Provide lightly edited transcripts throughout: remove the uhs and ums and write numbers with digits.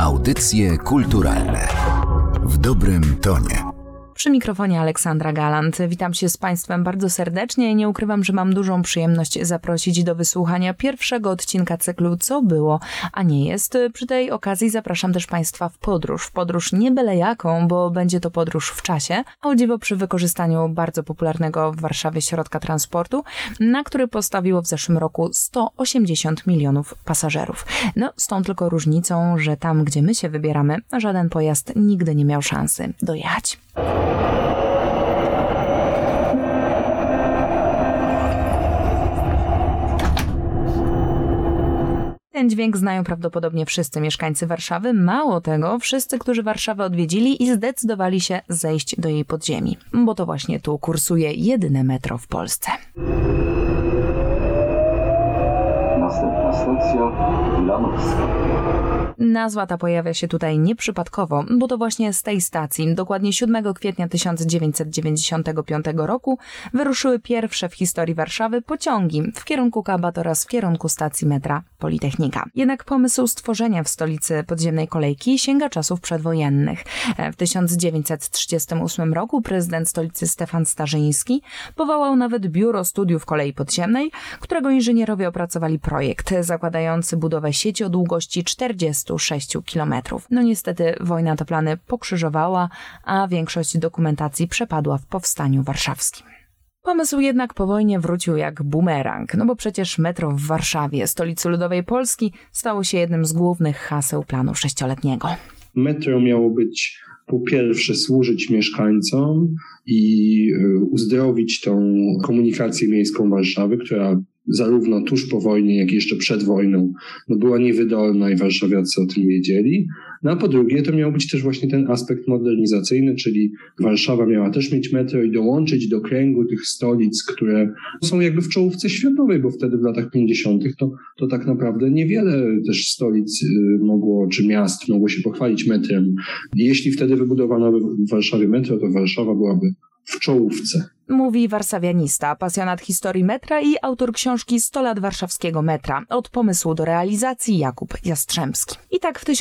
Audycje kulturalne w dobrym tonie. Przy mikrofonie Aleksandra Galant. Witam się z Państwem bardzo serdecznie i nie ukrywam, że mam dużą przyjemność zaprosić do wysłuchania pierwszego odcinka cyklu Co było, a nie jest. Przy tej okazji zapraszam też Państwa w podróż nie byle jaką, bo będzie to podróż w czasie, a o dziwo przy wykorzystaniu bardzo popularnego w Warszawie środka transportu, na który postawiło w zeszłym roku 180 milionów pasażerów. No, z tą tylko różnicą, że tam, gdzie my się wybieramy, żaden pojazd nigdy nie miał szansy dojechać. Ten dźwięk znają prawdopodobnie wszyscy mieszkańcy Warszawy. Mało tego, wszyscy, którzy Warszawę odwiedzili i zdecydowali się zejść do jej podziemi. Bo to właśnie tu kursuje jedyne metro w Polsce. Następna stacja Wilanowska. Nazwa ta pojawia się tutaj nieprzypadkowo, bo to właśnie z tej stacji, dokładnie 7 kwietnia 1995 roku, wyruszyły pierwsze w historii Warszawy pociągi w kierunku Kabat oraz w kierunku stacji metra Politechnika. Jednak pomysł stworzenia w stolicy podziemnej kolejki sięga czasów przedwojennych. W 1938 roku prezydent stolicy Stefan Starzyński powołał nawet Biuro Studiów Kolei Podziemnej, którego inżynierowie opracowali projekt zakładający budowę sieci o długości 46 km. No niestety wojna te plany pokrzyżowała, a większość dokumentacji przepadła w powstaniu warszawskim. Pomysł jednak po wojnie wrócił jak bumerang, no bo przecież metro w Warszawie, stolicy ludowej Polski, stało się jednym z głównych haseł planu sześcioletniego. Metro miało być po pierwsze służyć mieszkańcom i uzdrowić tą komunikację miejską Warszawy, która zarówno tuż po wojnie, jak i jeszcze przed wojną była niewydolna i warszawiacy o tym wiedzieli. No a po drugie to miał być też właśnie ten aspekt modernizacyjny, czyli Warszawa miała też mieć metro i dołączyć do kręgu tych stolic, które są jakby w czołówce światowej, bo wtedy w latach 50. to tak naprawdę niewiele też stolic mogło, czy miast mogło się pochwalić metrem. Jeśli wtedy wybudowano w Warszawie metro, to Warszawa byłaby w czołówce. Mówi warszawianista, pasjonat historii metra i autor książki 100 lat warszawskiego metra. Od pomysłu do realizacji Jakub Jastrzębski. I tak w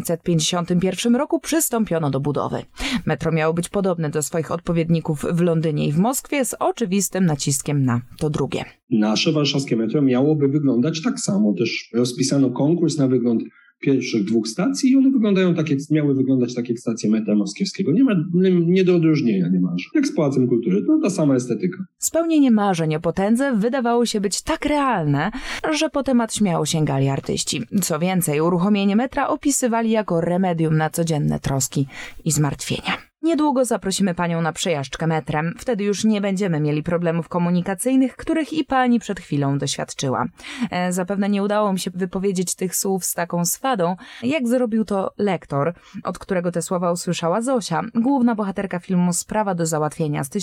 1951 roku przystąpiono do budowy. Metro miało być podobne do swoich odpowiedników w Londynie i w Moskwie z oczywistym naciskiem na to drugie. Nasze warszawskie metro miałoby wyglądać tak samo. Też rozpisano konkurs na wygląd pierwszych 2 stacji i one miały wyglądać tak jak stacje metra moskiewskiego. Nie do odróżnienia niemalże. Jak z Pałacem Kultury, to ta sama estetyka. Spełnienie marzeń o potędze wydawało się być tak realne, że po temat śmiało sięgali artyści. Co więcej, uruchomienie metra opisywali jako remedium na codzienne troski i zmartwienia. Niedługo zaprosimy panią na przejażdżkę metrem. Wtedy już nie będziemy mieli problemów komunikacyjnych, których i pani przed chwilą doświadczyła. Zapewne nie udało mi się wypowiedzieć tych słów z taką swadą, jak zrobił to lektor, od którego te słowa usłyszała Zosia, główna bohaterka filmu Sprawa do załatwienia z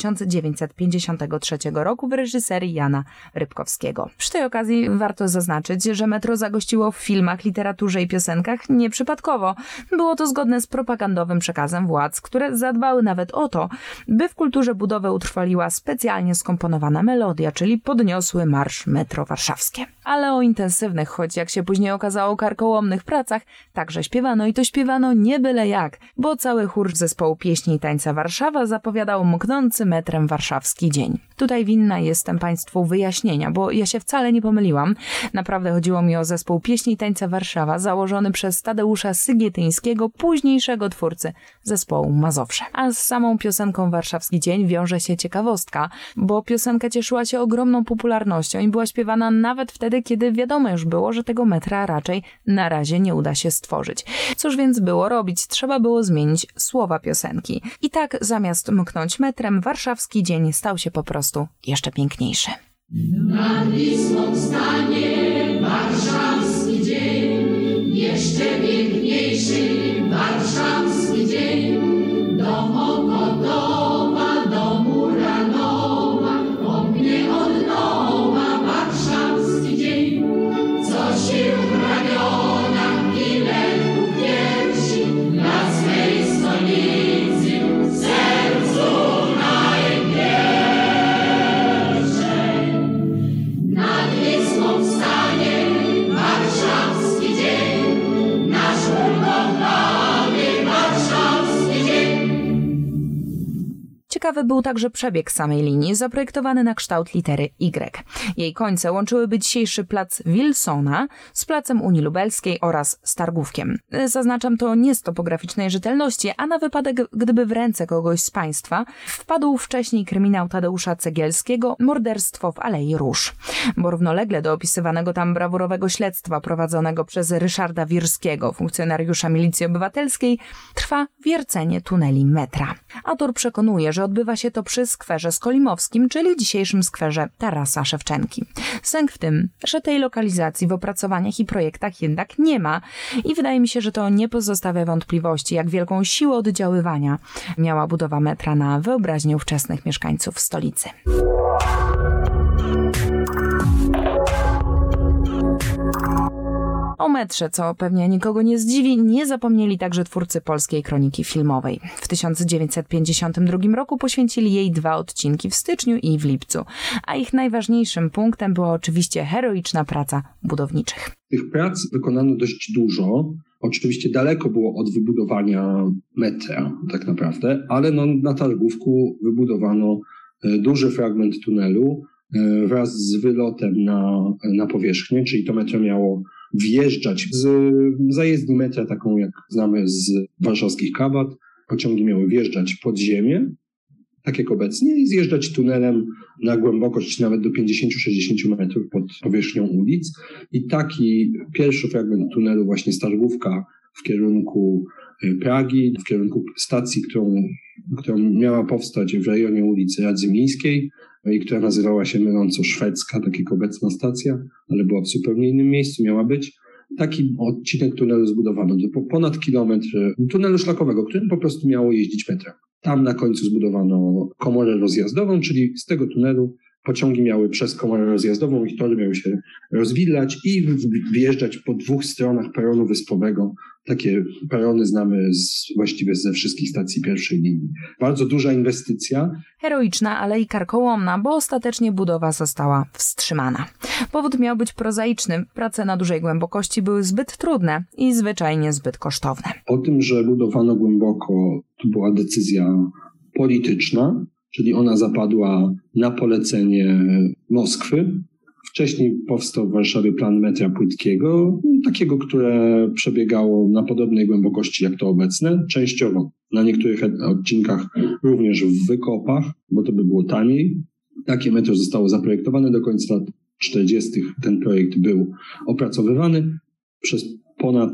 1953 roku w reżyserii Jana Rybkowskiego. Przy tej okazji warto zaznaczyć, że metro zagościło w filmach, literaturze i piosenkach nieprzypadkowo. Było to zgodne z propagandowym przekazem władz, które zadbały nawet o to, by w kulturze budowy utrwaliła specjalnie skomponowana melodia, czyli podniosły marsz metro warszawskie. Ale o intensywnych, choć jak się później okazało karkołomnych pracach, także śpiewano i to śpiewano nie byle jak, bo cały chór zespołu pieśni i tańca Warszawa zapowiadał mknący metrem warszawski dzień. Tutaj winna jestem Państwu wyjaśnienia, bo ja się wcale nie pomyliłam. Naprawdę chodziło mi o zespół pieśni i tańca Warszawa założony przez Tadeusza Sygietyńskiego, późniejszego twórcy zespołu Mazowsze. A z samą piosenką Warszawski Dzień wiąże się ciekawostka, bo piosenka cieszyła się ogromną popularnością i była śpiewana nawet wtedy, kiedy wiadomo już było, że tego metra raczej na razie nie uda się stworzyć. Cóż więc było robić? Trzeba było zmienić słowa piosenki. I tak zamiast mknąć metrem, Warszawski Dzień stał się po prostu jeszcze piękniejszy. Nad Wisłą stanie warszawski dzień, jeszcze piękniejszy warszawski dzień. Do Mokotowa, do Muranowa, ognie od nowa warszawski dzień. Co sił w ramionach i lęku piersi, dla swej stolicy w sercu najpierwszej. Nad Wisłą stanie warszawski dzień, nasz urok Ciekawy był także przebieg samej linii, zaprojektowany na kształt litery Y. Jej końce łączyłyby dzisiejszy plac Wilsona z placem Unii Lubelskiej oraz z Targówkiem. Zaznaczam to nie z topograficznej rzetelności, a na wypadek, gdyby w ręce kogoś z państwa wpadł wcześniej kryminał Tadeusza Cegielskiego, morderstwo w Alei Róż. Bo równolegle do opisywanego tam brawurowego śledztwa prowadzonego przez Ryszarda Wirskiego, funkcjonariusza Milicji Obywatelskiej, trwa wiercenie tuneli metra. Autor przekonuje, że odbywa się to przy skwerze Skolimowskim, czyli dzisiejszym skwerze Tarasa Szewczenki. Sęk w tym, że tej lokalizacji w opracowaniach i projektach jednak nie ma i wydaje mi się, że to nie pozostawia wątpliwości, jak wielką siłę oddziaływania miała budowa metra na wyobraźnię ówczesnych mieszkańców stolicy. O metrze, co pewnie nikogo nie zdziwi, nie zapomnieli także twórcy polskiej kroniki filmowej. W 1952 roku poświęcili jej 2 odcinki w styczniu i w lipcu, a ich najważniejszym punktem była oczywiście heroiczna praca budowniczych. Tych prac wykonano dość dużo. Oczywiście daleko było od wybudowania metra tak naprawdę, ale na Targówku wybudowano duży fragment tunelu wraz z wylotem na powierzchnię, czyli to metro miało wjeżdżać z zajezdni metra, taką jak znamy z warszawskich kabat. Pociągi miały wjeżdżać pod ziemię, tak jak obecnie, i zjeżdżać tunelem na głębokość nawet do 50-60 metrów pod powierzchnią ulic. I taki pierwszy fragment tunelu właśnie z Targówka w kierunku Pragi, w kierunku stacji, którą miała powstać w rejonie ulicy Radzymińskiej i która nazywała się myląco Szwedzka, tak jak obecna stacja, ale była w zupełnie innym miejscu, miała być. Taki odcinek tunelu zbudowano do ponad kilometr tunelu szlakowego, którym po prostu miało jeździć metra. Tam na końcu zbudowano komorę rozjazdową, czyli z tego tunelu pociągi miały przez komorę rozjazdową, ich tory miały się rozwilać i wjeżdżać po 2 stronach peronu wyspowego. Takie perony znamy właściwie ze wszystkich stacji pierwszej linii. Bardzo duża inwestycja. Heroiczna, ale i karkołomna, bo ostatecznie budowa została wstrzymana. Powód miał być prozaiczny. Prace na dużej głębokości były zbyt trudne i zwyczajnie zbyt kosztowne. O tym, że budowano głęboko, to była decyzja polityczna, czyli ona zapadła na polecenie Moskwy. Wcześniej powstał w Warszawie plan metra płytkiego, takiego, które przebiegało na podobnej głębokości jak to obecne, częściowo na niektórych odcinkach również w wykopach, bo to by było taniej. Takie metro zostało zaprojektowane do końca lat 40. Ten projekt był opracowywany przez ponad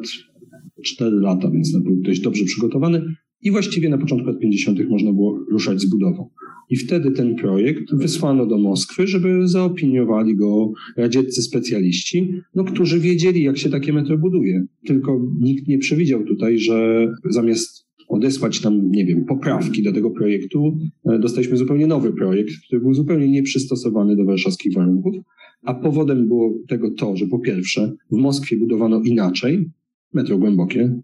4 lata, więc był dość dobrze przygotowany i właściwie na początku lat 50. można było ruszać z budową. I wtedy ten projekt wysłano do Moskwy, żeby zaopiniowali go radzieccy specjaliści, którzy wiedzieli, jak się takie metro buduje. Tylko nikt nie przewidział tutaj, że zamiast odesłać tam, poprawki do tego projektu, dostaliśmy zupełnie nowy projekt, który był zupełnie nieprzystosowany do warszawskich warunków. A powodem było tego to, że po pierwsze w Moskwie budowano inaczej, metro głębokie,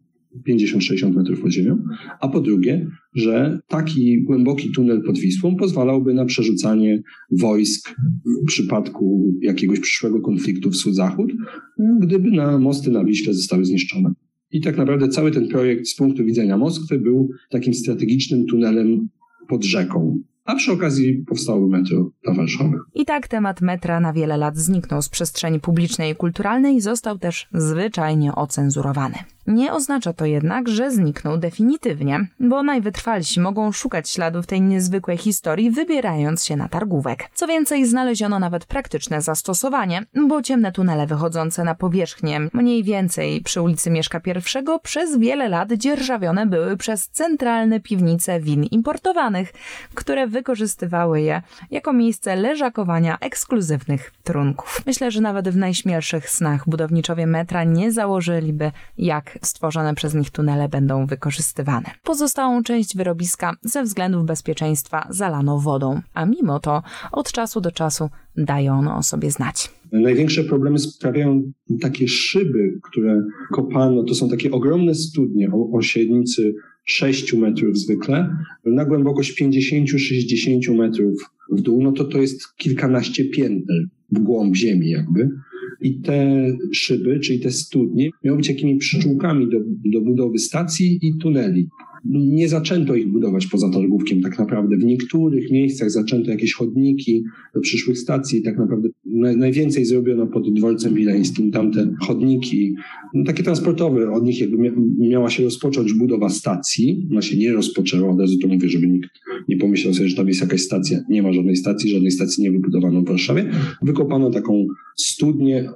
50-60 metrów pod ziemią, a po drugie, że taki głęboki tunel pod Wisłą pozwalałby na przerzucanie wojsk w przypadku jakiegoś przyszłego konfliktu wschód-zachód, gdyby mosty na Wiśle zostały zniszczone. I tak naprawdę cały ten projekt z punktu widzenia Moskwy był takim strategicznym tunelem pod rzeką. A przy okazji powstało metro dla Warszawy. I tak temat metra na wiele lat zniknął z przestrzeni publicznej i kulturalnej i został też zwyczajnie ocenzurowany. Nie oznacza to jednak, że zniknął definitywnie, bo najwytrwalsi mogą szukać śladów tej niezwykłej historii, wybierając się na Targówek. Co więcej, znaleziono nawet praktyczne zastosowanie, bo ciemne tunele wychodzące na powierzchnię mniej więcej przy ulicy Mieszka I przez wiele lat dzierżawione były przez centralne piwnice win importowanych, które wykorzystywały je jako miejsce leżakowania ekskluzywnych trunków. Myślę, że nawet w najśmielszych snach budowniczowie metra nie założyliby, jak stworzone przez nich tunele będą wykorzystywane. Pozostałą część wyrobiska ze względów bezpieczeństwa zalano wodą, a mimo to od czasu do czasu daje ono o sobie znać. Największe problemy sprawiają takie szyby, które kopano. To są takie ogromne studnie o średnicy 6 metrów zwykle, na głębokość 50-60 metrów w dół, to jest kilkanaście pięter w głąb ziemi jakby. I te szyby, czyli te studnie, miały być jakimi pszczółkami do budowy stacji i tuneli. nie zaczęto ich budować poza Targówkiem tak naprawdę. W niektórych miejscach zaczęto jakieś chodniki do przyszłych stacji. Tak naprawdę najwięcej zrobiono pod Dworcem Wileńskim. Tamte chodniki, takie transportowe, od nich jakby miała się rozpocząć budowa stacji. Ona się nie rozpoczęła, od razu to mówię, żeby nikt nie pomyślał sobie, że tam jest jakaś stacja. Nie ma żadnej stacji nie wybudowano w Warszawie. Wykopano taką studnię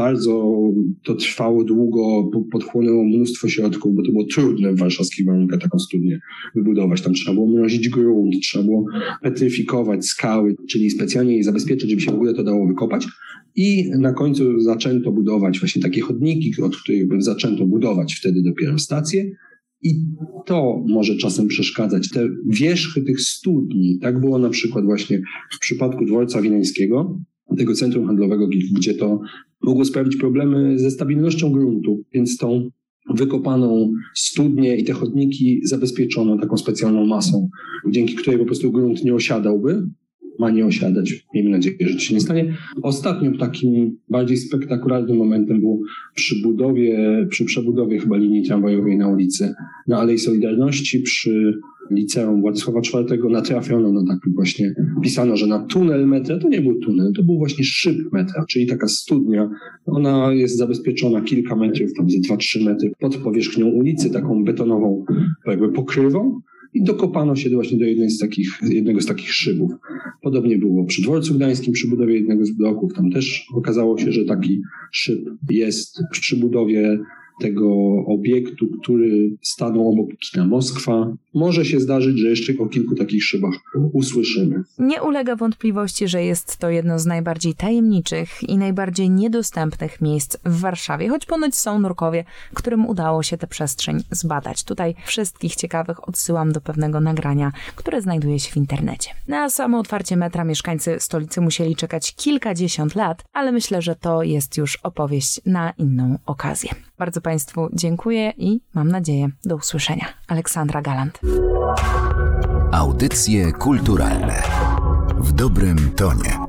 to trwało długo, podchłonęło mnóstwo środków, bo to było trudne w warszawskich warunkach taką studnię wybudować. Tam trzeba było mrozić grunt, trzeba było petryfikować skały, czyli specjalnie je zabezpieczyć, żeby się w ogóle to dało wykopać. I na końcu zaczęto budować właśnie takie chodniki, od których zaczęto budować wtedy dopiero stacje. I to może czasem przeszkadzać. Te wierzchy tych studni, tak było na przykład właśnie w przypadku Dworca Wileńskiego, tego centrum handlowego, gdzie to mogło sprawić problemy ze stabilnością gruntu, więc tą wykopaną studnię i te chodniki zabezpieczono taką specjalną masą, dzięki której po prostu grunt nie osiadałby, ma nie osiadać. Miejmy nadzieję, że to się nie stanie. Ostatnim takim bardziej spektakularnym momentem było przy przebudowie chyba linii tramwajowej na ulicy, na Alei Solidarności, przy Liceum Władysława IV natrafiono na taki właśnie, pisano, że na tunel metra, to nie był tunel, to był właśnie szyb metra, czyli taka studnia. Ona jest zabezpieczona kilka metrów, tam ze 2-3 metry pod powierzchnią ulicy, taką betonową jakby pokrywą. I dokopano się właśnie do jednego z takich szybów. Podobnie było przy Dworcu Gdańskim, przy budowie jednego z bloków. Tam też okazało się, że taki szyb jest przy budowie tego obiektu, który stanął obok kina Moskwa. Może się zdarzyć, że jeszcze o kilku takich szybach usłyszymy. Nie ulega wątpliwości, że jest to jedno z najbardziej tajemniczych i najbardziej niedostępnych miejsc w Warszawie, choć ponoć są nurkowie, którym udało się tę przestrzeń zbadać. Tutaj wszystkich ciekawych odsyłam do pewnego nagrania, które znajduje się w internecie. Na samo otwarcie metra mieszkańcy stolicy musieli czekać kilkadziesiąt lat, ale myślę, że to jest już opowieść na inną okazję. Bardzo Państwu dziękuję i mam nadzieję do usłyszenia. Aleksandra Galant. Audycje kulturalne w dobrym tonie.